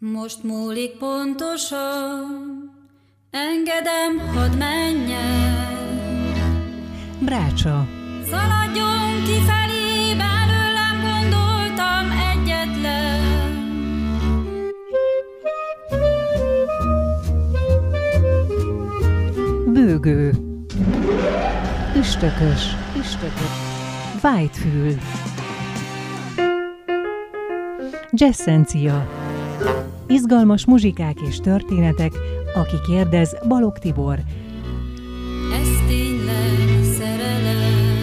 Most múlik pontosan, engedem, hadd menjen. Brácsa. Szaladjon kifelé, belőlem gondoltam egyetlen. Bőgő. Üstökös. Vájtfül. Jazzencia. Izgalmas muzsikák és történetek, aki kérdez, Balogh Tibor. Ez tényleg szerelem.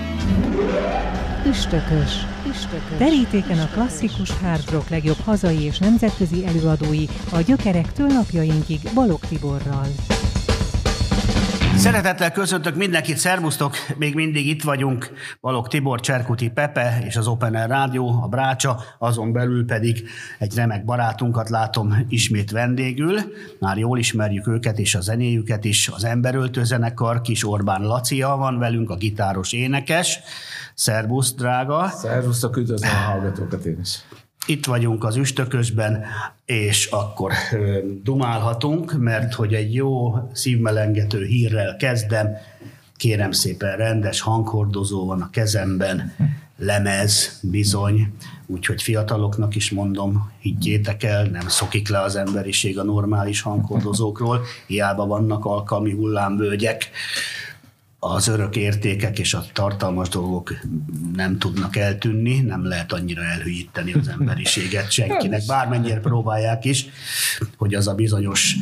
Üstökös. Terítéken a klasszikus hard rock legjobb hazai és nemzetközi előadói a gyökerektől napjainkig Balogh Tiborral. Szeretettel köszöntök mindenkit, szervusztok! Még mindig itt vagyunk, Balogh Tibor, Cserkuti Pepe és az Open Air Rádió, a Brácsa, azon belül pedig egy remek barátunkat látom ismét vendégül. Már jól ismerjük őket és a zenéjüket is. Az Emberöltő zenekar, Kis Orbán Lacia van velünk, a gitáros énekes. Szervusz, drága! Szervusztok, üdvözlöm a hallgatókat én is! Itt vagyunk az Üstökösben, és akkor dumálhatunk, mert hogy egy jó szívmelengető hírrel kezdem. Kérem szépen, rendes hanghordozó van a kezemben, lemez bizony, úgyhogy fiataloknak is mondom, higgyétek el, nem szokik le az emberiség a normális hanghordozókról, hiába vannak alkalmi hullámvölgyek. Az örök értékek és a tartalmas dolgok nem tudnak eltűnni, nem lehet annyira elhűíteni az emberiséget senkinek, bármennyire próbálják is, hogy az a bizonyos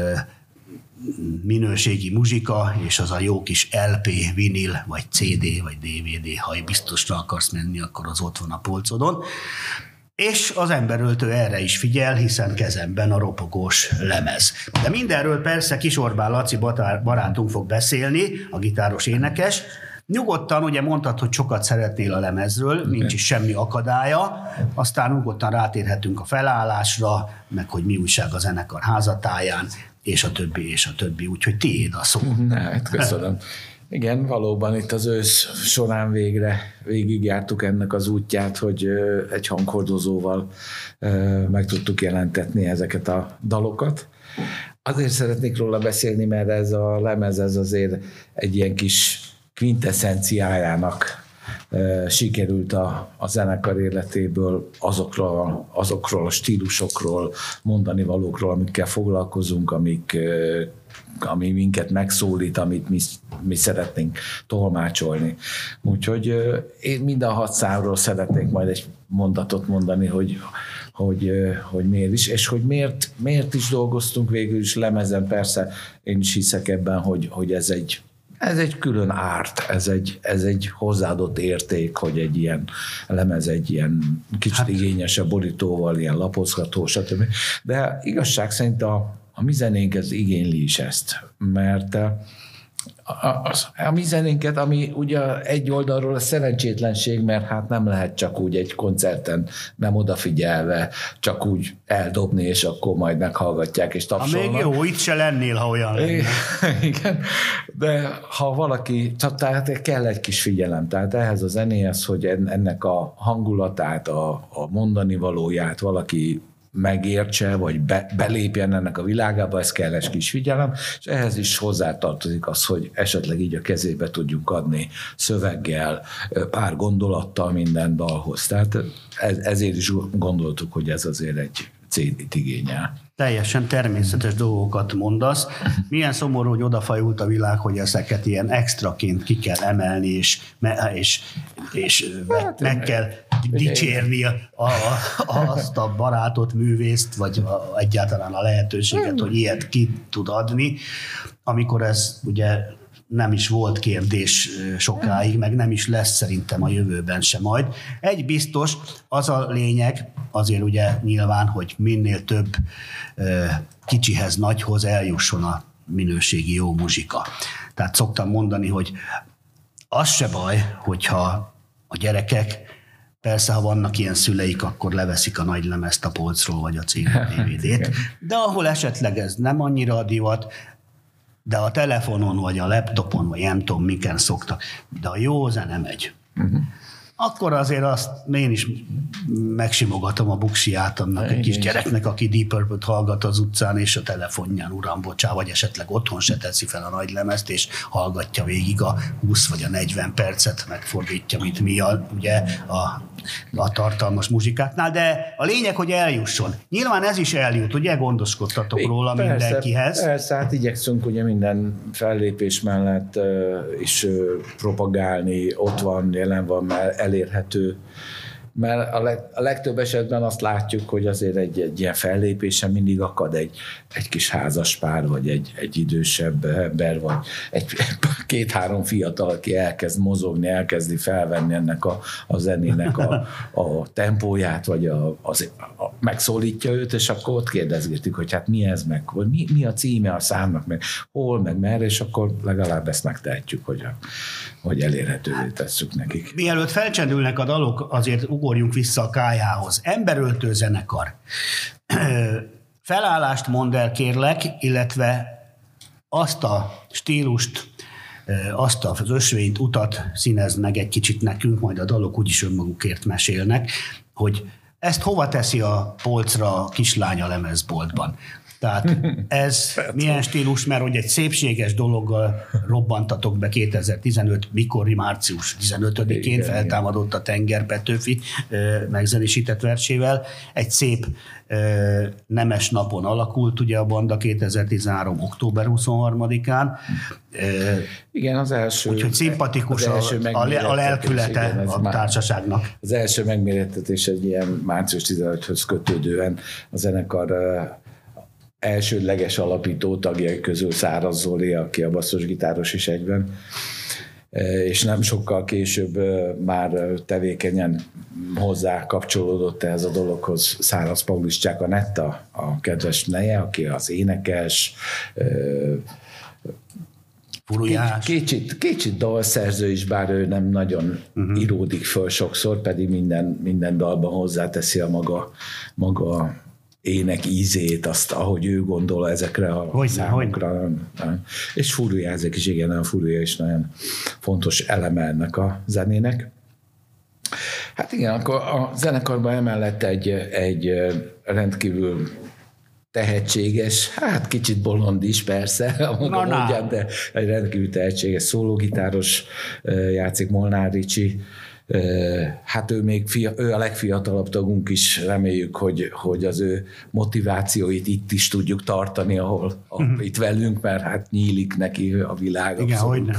minőségi muzsika, és az a jó kis LP, vinil, vagy CD, vagy DVD, ha biztosra akarsz menni, akkor az ott van a polcodon. És az Emberöltő erre is figyel, hiszen kezemben a ropogós lemez. De mindenről persze Kis Orbán Laci barátunk fog beszélni, a gitáros énekes. Nyugodtan, ugye mondtad, hogy sokat szeretnél a lemezről, nincs is semmi akadálya, aztán nyugodtan rátérhetünk a felállásra, meg hogy mi újság a zenekar házatáján, és a többi, úgyhogy tiéd a szó. Hát, köszönöm. Igen, valóban itt az ősz során végigjártuk ennek az útját, hogy egy hanghordozóval meg tudtuk jelentetni ezeket a dalokat. Azért szeretnék róla beszélni, mert ez a lemez ez azért egy ilyen kis quintesszenciájának sikerült a zenekar életéből, azokról a stílusokról, mondani valókról, amikkel foglalkozunk, ami minket megszólít, amit mi szeretnénk tolmácsolni. Úgyhogy én minden 6 számról szeretnék majd egy mondatot mondani, hogy miért is, és hogy miért is dolgoztunk végül is lemezen. Persze én is hiszek ebben, hogy ez egy külön árt, ez egy hozzáadott érték, hogy egy ilyen lemez egy ilyen kicsit igényesebb borítóval, ilyen lapozgató, stb. De igazság szerint a mi zenénk ez igényli is ezt, mert a mi zenénket, ami ugye egy oldalról a szerencsétlenség, mert hát nem lehet csak úgy egy koncerten nem odafigyelve, csak úgy eldobni, és akkor majd meghallgatják és tapsolnak. Még jó, itt se lennél, ha olyan lenne. Igen, de ha valaki, tehát kell egy kis figyelem, tehát ehhez a zenéhez, hogy ennek a hangulatát, a mondani valóját valaki megértse, vagy belépjen ennek a világába, ez kell egy kis figyelem, és ehhez is hozzátartozik az, hogy esetleg így a kezébe tudjunk adni szöveggel, pár gondolattal minden dalhoz. Tehát ezért is gondoltuk, hogy ez azért egy CD-t igényel. Teljesen természetes dolgokat mondasz. Milyen szomorú, hogy odafajult a világ, hogy ezeket ilyen extraként ki kell emelni, és meg kell dicsérni azt a barátot, művészt, vagy egyáltalán a lehetőséget, hogy ilyet ki tud adni, amikor ez ugye nem is volt kérdés sokáig, meg nem is lesz szerintem a jövőben sem majd. Egy biztos, az a lényeg, azért ugye nyilván, hogy minél több kicsihez, nagyhoz eljusson a minőségi jó muzsika. Tehát szoktam mondani, hogy az se baj, hogyha a gyerekek, persze, ha vannak ilyen szüleik, akkor leveszik a nagy lemezt a polcról, vagy a CD-DVD-t, de ahol esetleg ez nem annyira a divat, de a telefonon, vagy a laptopon, vagy nem tudom, miken szoktak, de a jó zene megy. akkor azért azt én is megsimogatom a buksiját annak egy kis gyereknek, aki Deep Purple-t hallgat az utcán, és a telefonján, uram, bocsá, vagy esetleg otthon se teszi fel a nagylemezt, és hallgatja végig a 20 vagy a 40 percet, megfordítja, mint mi ugye a tartalmas muzsikáknál, de a lényeg, hogy eljusson. Nyilván ez is eljut, ugye gondoskodtatok róla mindenkihez. Persze, hát igyekszünk ugye minden fellépés mellett is propagálni, ott van, jelen van, mert elérhető. Mert a legtöbb esetben azt látjuk, hogy azért egy ilyen fellépésen mindig akad egy kis házaspár, vagy egy idősebb ember, vagy két-három fiatal, aki elkezd mozogni, elkezdi felvenni ennek a zenének a tempóját, vagy megszólítja őt, és akkor ott kérdezgetik, hogy hát mi ez, meg mi a címe a számnak, meg hol, meg merre, és akkor legalább ezt megtehetjük, hogy elérhetővé tesszük nekik. Mielőtt felcsendülnek a dalok, azért ugorjunk vissza a kályhához. Emberöltő zenekar. Felállást mondd el, kérlek, illetve azt a stílust, azt az ösvényt, utat színezd meg egy kicsit nekünk, majd a dalok úgyis önmagukért mesélnek, hogy ezt hova teszi a polcra a kislány a lemezboltban. Tehát ez milyen stílus, mert hogy egy szépséges dologgal robbantatok be 2015, mikori március 15-én feltámadott a Tenger Petőfi megzenésített versével. Egy szép nemes napon alakult ugye a banda 2013. október 23-án. Igen, az első. Úgyhogy szimpatikus a lelkülete a társaságnak. Az első megmérettetés egy ilyen március 15-höz kötődően a zenekar elsődleges alapító tagjai közül Száraz Zoli, aki a basszusgitáros is egyben, és nem sokkal később már tevékenyen hozzá kapcsolódott ehhez a dologhoz Száraz Pauliszcsák Anetta, a kedves neje, aki az énekes, kicsit dalszerző is, bár ő nem nagyon íródik föl sokszor, pedig minden dalban hozzáteszi a maga ének ízét, azt, ahogy ő gondol ezekre a számokra. És fúrujázik is, igen, a fúrúja is nagyon fontos eleme ennek a zenének. Hát igen, akkor a zenekarban emellett egy rendkívül tehetséges, hát kicsit bolond is persze, mondjam, de egy rendkívül tehetséges szólógitáros játszik, Molnár Ricsi. Hát ő a legfiatalabb tagunk is, reméljük, hogy az ő motivációit itt is tudjuk tartani, ahol itt velünk, mert hát nyílik neki a világ. Igen, hogyne.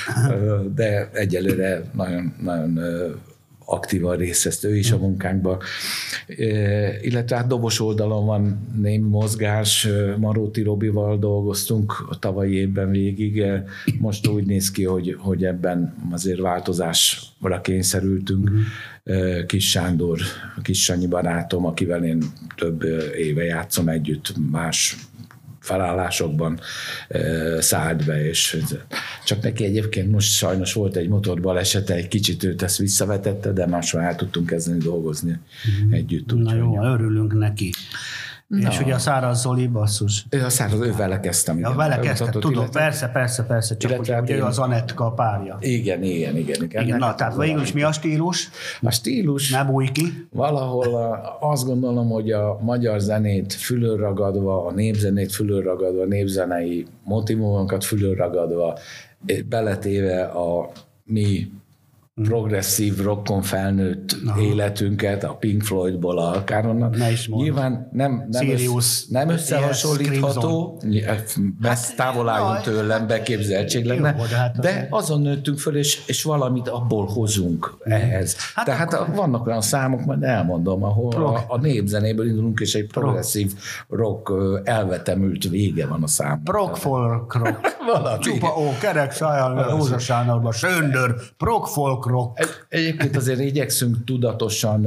De egyelőre nagyon, nagyon aktívan részt vesz ő is a munkánkban. Illetve hát dobos oldalon van némi mozgás, Maróti Robival dolgoztunk a tavalyi évben végig. Most úgy néz ki, hogy ebben azért változásra kényszerültünk. Kis Sándor, Kis Sanyi barátom, akivel én több éve játszom együtt, más felállásokban szállt be, és csak neki egyébként most sajnos volt egy motorbalesete, egy kicsit őt ezt visszavetette, de másról el tudtunk kezdeni dolgozni együtt. Na jó, örülünk neki. Na. És ugye a Száraz Zoli basszus. Ő vele kezdtem. Ja, vele kezdtem, tudom, persze, csak ugye ő az Anetka párja. Igen. Na, tehát végül is mi a stílus? A stílus... Ne bújj ki. Valahol azt gondolom, hogy a magyar zenét fülölragadva, a népzenét fülölragadva, a népzenei motivumokat fülölragadva, beletéve a mi progresszív rockon felnőtt életünket, a Pink Floydból akár onnan. Nyilván nem összehasonlítható, messze távol álljon tőlem, beképzeltség lenne, de azon nőttünk föl, és valamit abból hozunk ehhez. Tehát vannak olyan számok, majd elmondom, ahol a népzenéből indulunk, és egy progresszív rock elvetemült vége van a számnak. Prog folk rock. Csupa kerek szájjal, Rózsa Sándorban, söndör, prog folk rock. Egyébként azért igyekszünk tudatosan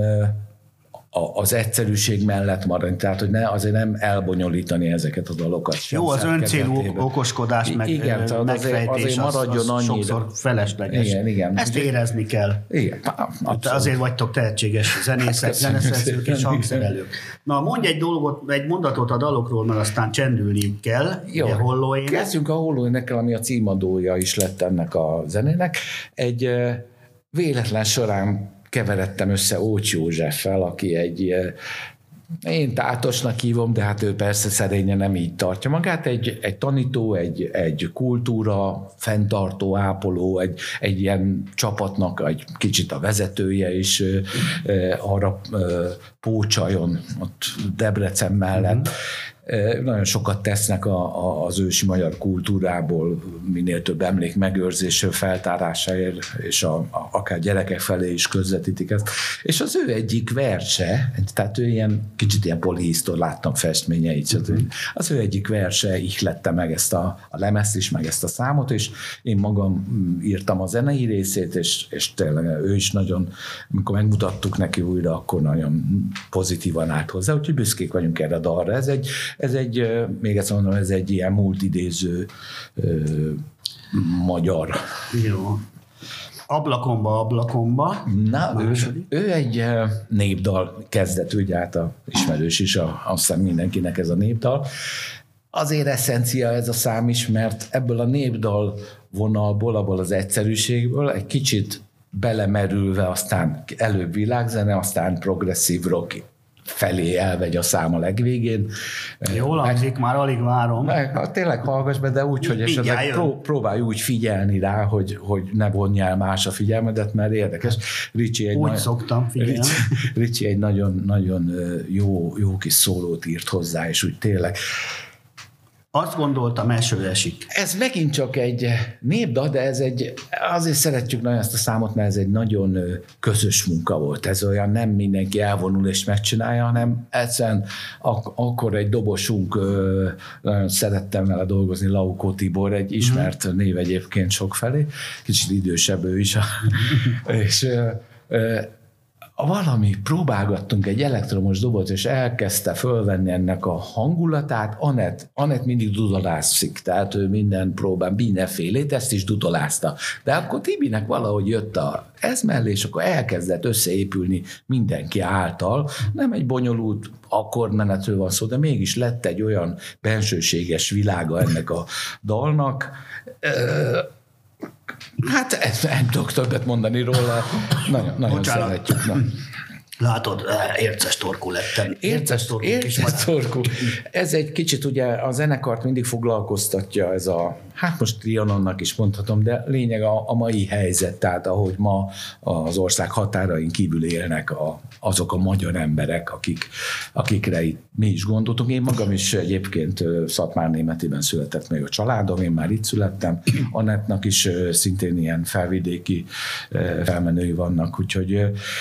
az egyszerűség mellett maradni, tehát hogy azért nem elbonyolítani ezeket a dalokat. Jó, az öncélú okoskodás, megfejtés, azért maradjon az sokszor felesleges. Igen. Ezt érezni kell. Igen, azért vagytok tehetséges zenészek, zeneszerzők és hangszerelők. Na, mondj egy mondatot a dalokról, mert aztán csendülniük kell. Jó, kezdjünk a Hollóénekkel, ami a címadója is lett ennek a zenének. Egy véletlen során keveredtem össze Ócs Józseffel, aki egy, én tátosnak hívom, de hát ő persze szerényen nem így tartja magát, egy tanító, egy kultúra, fenntartó, ápoló, egy ilyen csapatnak egy kicsit a vezetője is arra Pócsaljon, ott Debrecen mellett. Nagyon sokat tesznek az ősi magyar kultúrából, minél több emlék megőrzésről, feltárásáért, és akár gyerekek felé is közvetítik ezt. És az ő egyik verse, tehát ő kicsit ilyen polihisztor, láttam festményeit, az ő egyik verse ihlette meg ezt a lemezt is, meg ezt a számot, és én magam írtam a zenei részét, és tényleg ő is nagyon, amikor megmutattuk neki újra, akkor nagyon pozitívan állt hozzá, úgyhogy büszkék vagyunk erre a dalra. Ez egy, még ezt mondom, ez egy ilyen múltidéző magyar. Jó. Ablakomba. Na, ő egy népdal kezdett, ugye hát ismerős is, azt hiszem mindenkinek ez a népdal. Azért eszencia ez a szám is, mert ebből a népdal vonalból, abból az egyszerűségből egy kicsit belemerülve, aztán előbb világzene, aztán progresszív rock felé elvegy a szám a legvégén. Jól hangzik, már alig várom. Tényleg hallgass be, de úgy, hogy esetleg próbálj úgy figyelni rá, hogy ne vonjál más a figyelmedet, mert érdekes. Szoktam figyelni. Ricsi egy nagyon jó kis szólót írt hozzá, és úgy tényleg. Azt gondoltam, eső esik. Ez megint csak egy népdal, de azért szeretjük nagyon ezt a számot, mert ez egy nagyon közös munka volt. Ez olyan, nem mindenki elvonul és megcsinálja, hanem egyszerűen akkor egy dobosunk, nagyon szerettem vele dolgozni, Laukó Tibor, egy ismert név egyébként sokfelé, kicsit idősebb ő is, és valami próbálgattunk egy elektromos dobot, és elkezdte fölvenni ennek a hangulatát. Anett mindig dudolászik, tehát ő minden próbán mindenfélét, ezt is dudolázta. De akkor Tibinek valahogy jött ez mellé, és akkor elkezdett összeépülni mindenki által. Nem egy bonyolult akkordmenetről van szó, de mégis lett egy olyan bensőséges világa ennek a dalnak. Hát nem tudok többet mondani róla, nagyon szeretjük. Na. Látod, érces torkú lettem. Érces torkú. Ez egy kicsit ugye a zenekart mindig foglalkoztatja ez hát most Trianonnak is mondhatom, de lényeg a mai helyzet, tehát ahogy ma az ország határain kívül élnek azok a magyar emberek, akikre itt mi is gondoltunk. Én magam is egyébként Szatmárnémetiben született még a családom, én már itt születtem. Anettnak is szintén ilyen felvidéki felmenői vannak, úgyhogy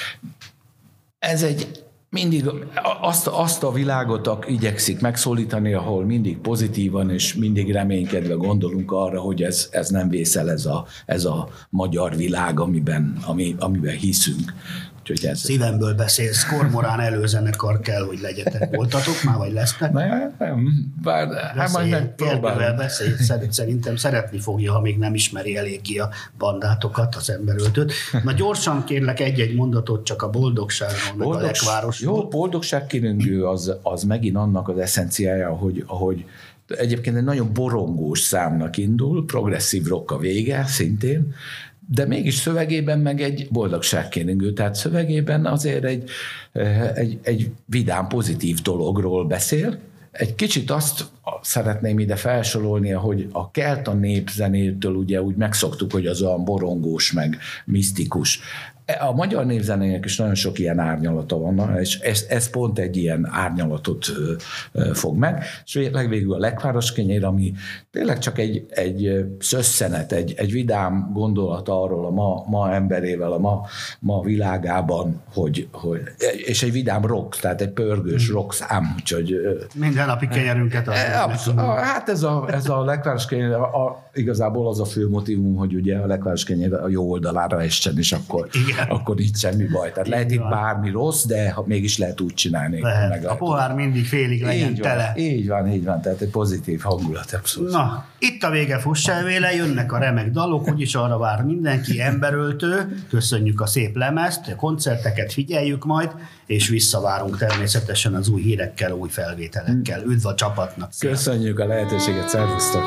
ez mindig azt a világot igyekszik megszólítani, ahol mindig pozitívan és mindig reménykedve gondolunk arra, hogy ez nem vészel ez a magyar világ, amiben hiszünk. Szívemből beszélsz, Kormorán előzenekar kell, hogy legyetek. Voltatok már, vagy lesznek? Nem, bár majd megpróbálom. Szerintem szeretni fogja, ha még nem ismeri eléggé a bandátokat, az emberöltőt. Na gyorsan kérlek egy-egy mondatot csak a boldogságról, meg a Lekvárosról. Jó, boldogság kirengő az megint annak az eszenciája, ahogy egyébként egy nagyon borongós számnak indul, progresszív rock a vége szintén, de mégis szövegében meg egy boldogságkérengő, tehát szövegében azért egy vidám, pozitív dologról beszél. Egy kicsit azt szeretném ide felsorolni, hogy a kelta népzenétől ugye úgy megszoktuk, hogy az olyan borongós, meg misztikus. A magyar népzenének is nagyon sok ilyen árnyalata van, és ez pont egy ilyen árnyalatot fog meg. És legvégül a Lekvároskenyér, ami tényleg csak egy szösszenet, egy vidám gondolat arról a ma emberével, a ma világában, és egy vidám rock, tehát egy pörgős rock szám, úgyhogy... Mindennapi kenyerünket hát ez a Lekvároskenyér, igazából az a fő motivum, hogy ugye a Lekvároskenyér a jó oldalára essen, és akkor nincs semmi baj. Tehát lehet itt bármi rossz, de mégis lehet úgy csinálni. A pohár mindig félig legyen tele. Így van, tehát egy pozitív hangulat, abszolút. Na, itt a vége, fuss el véle, jönnek a remek dalok, úgyis arra vár mindenki, emberöltő, köszönjük a szép lemezt, a koncerteket figyeljük majd, és visszavárunk természetesen az új hírekkel, új felvételekkel. Üdv a csapatnak! Köszönjük a lehetőséget, szervusztok!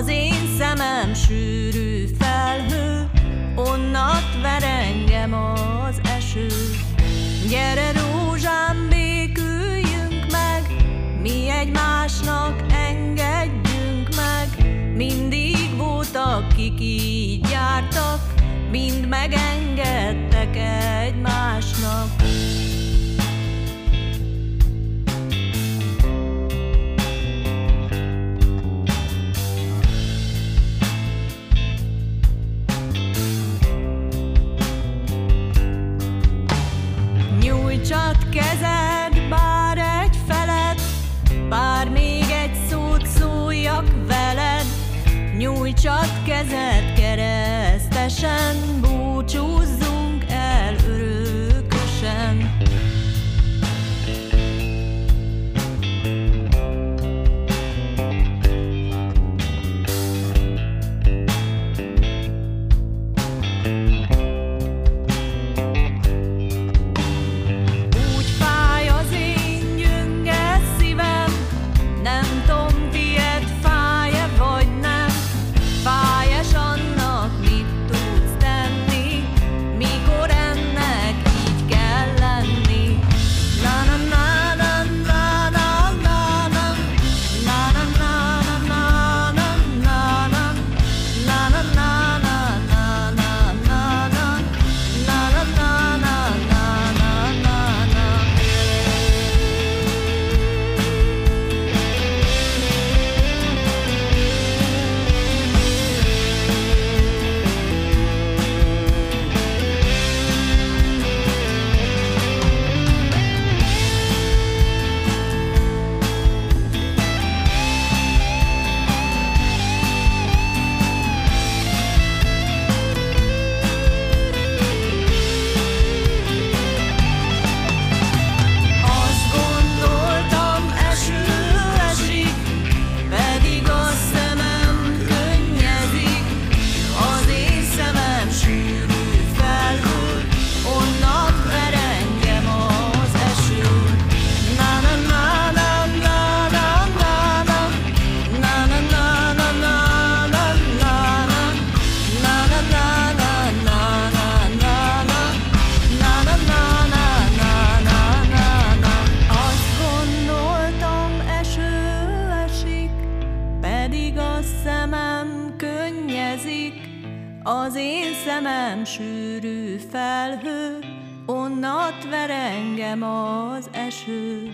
Az én szemem sűrű felhő, onnat ver engem az eső. Gyere rózsám, béküljünk meg, mi egymásnak engedjünk meg. Mindig voltak, kik így jártak, mind megengedtek egymásnak. Nyújtsad kezed, bár egy feled, bár még egy szót szóljak veled. Nyújtsad kezed keresztesen, búcsúzzunk el örökösen. Úgy fáj az én gyönge szívem, nem tudom, tiéd fáj-e vagy nem. Fáj-e s annak mit tudsz tenni, mikor ennek így kell lenni. Na na na na na na na na, na na na na na na na na, na na na na na na na na, na na na na na na na. Azt gondoltam, eső esik, pedig a szemem könnyezik. Az én szemem sűrű felhő, onnat ver engem az eső. Na na na na na na na na, na na na na na na na na, na na na na na na na na, na na na na na na na. Azt gondoltam, eső esik, pedig a szemem könnyezik. Az én szemem sűrű felhő, onnat ver engem az eső.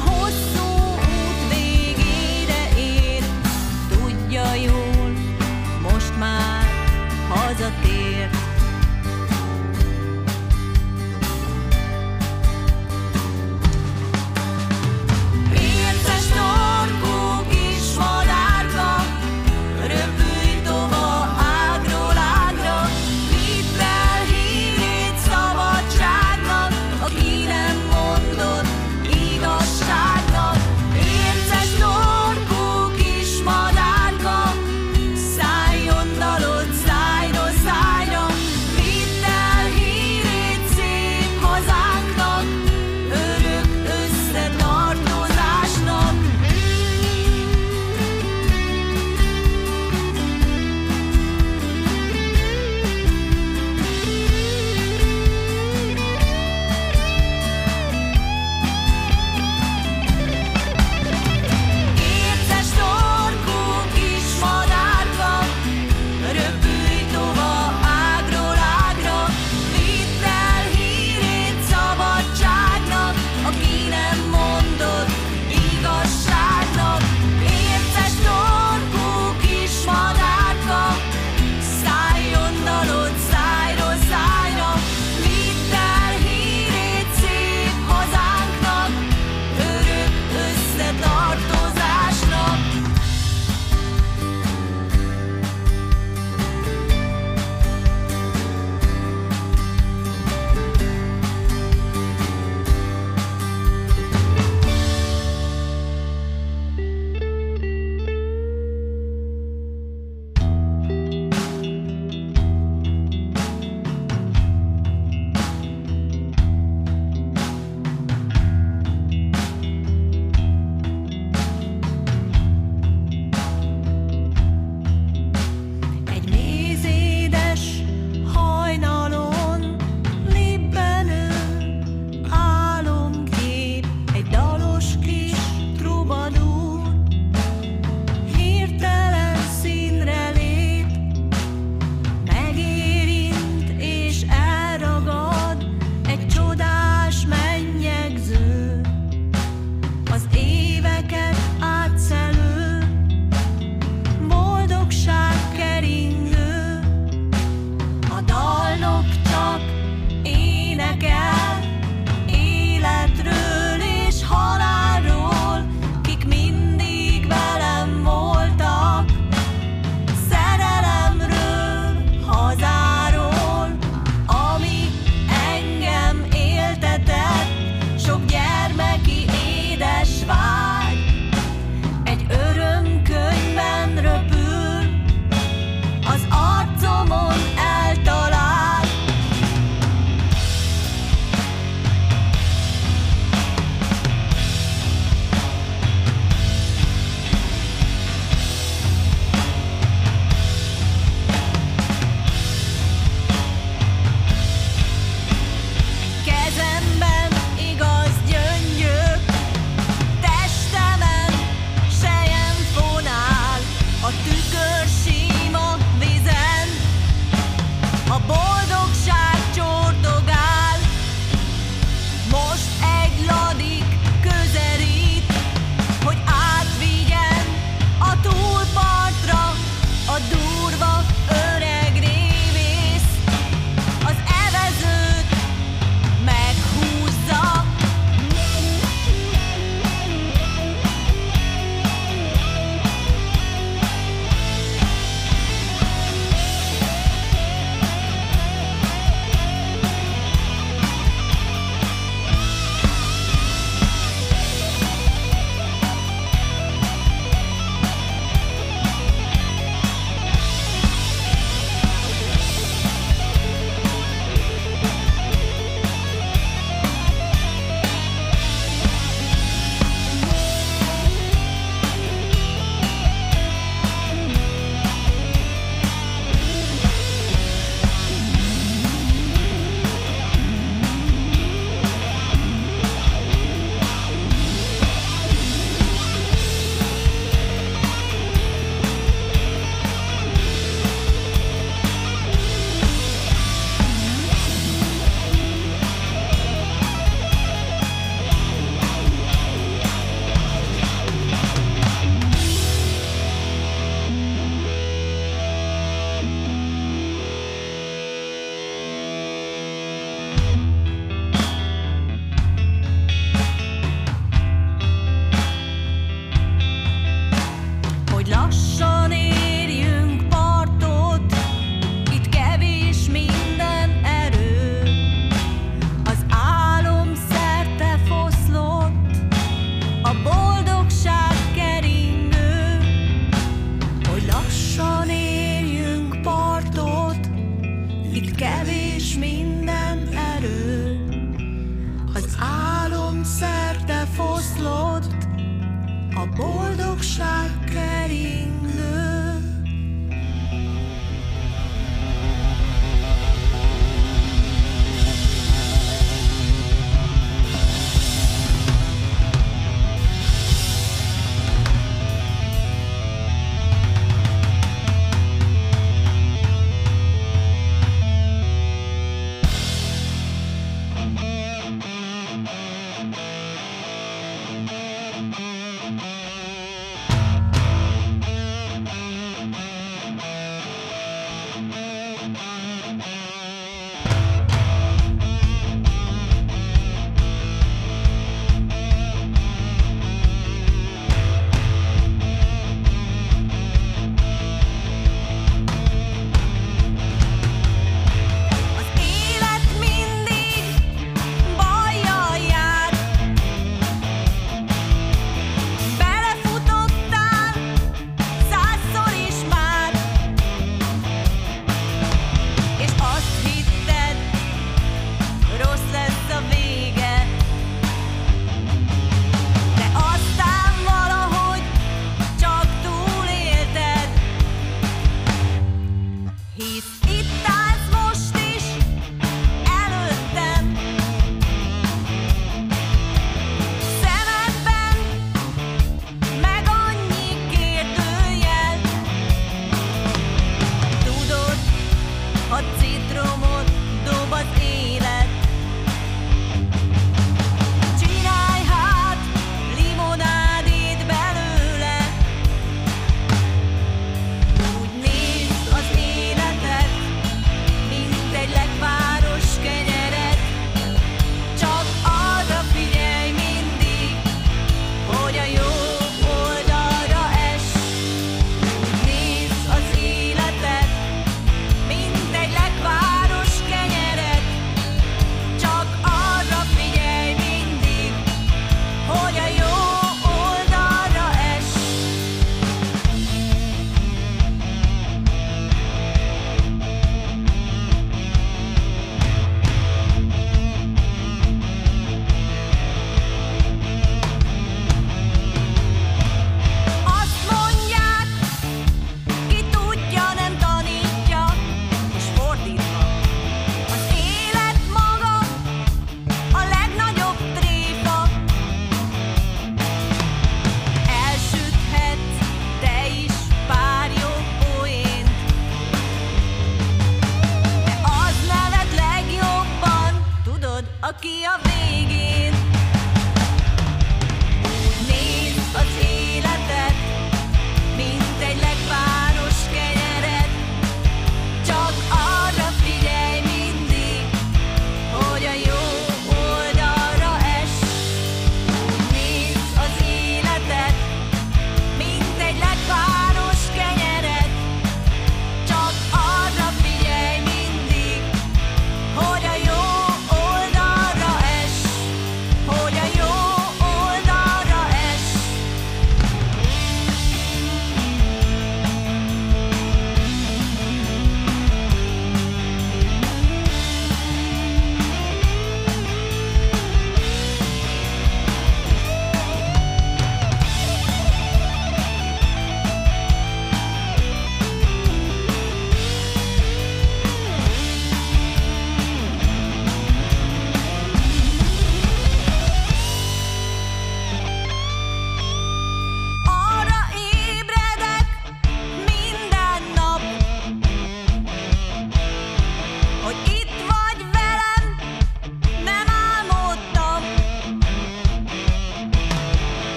hosszú út végére ér, tudja jól, most már hazatér. Érces torkú kis madárka, röpülj tova ágról ágra, vidd el hírét szabadságnak, aki nem mondott igazságnak. a boldogság keringlő.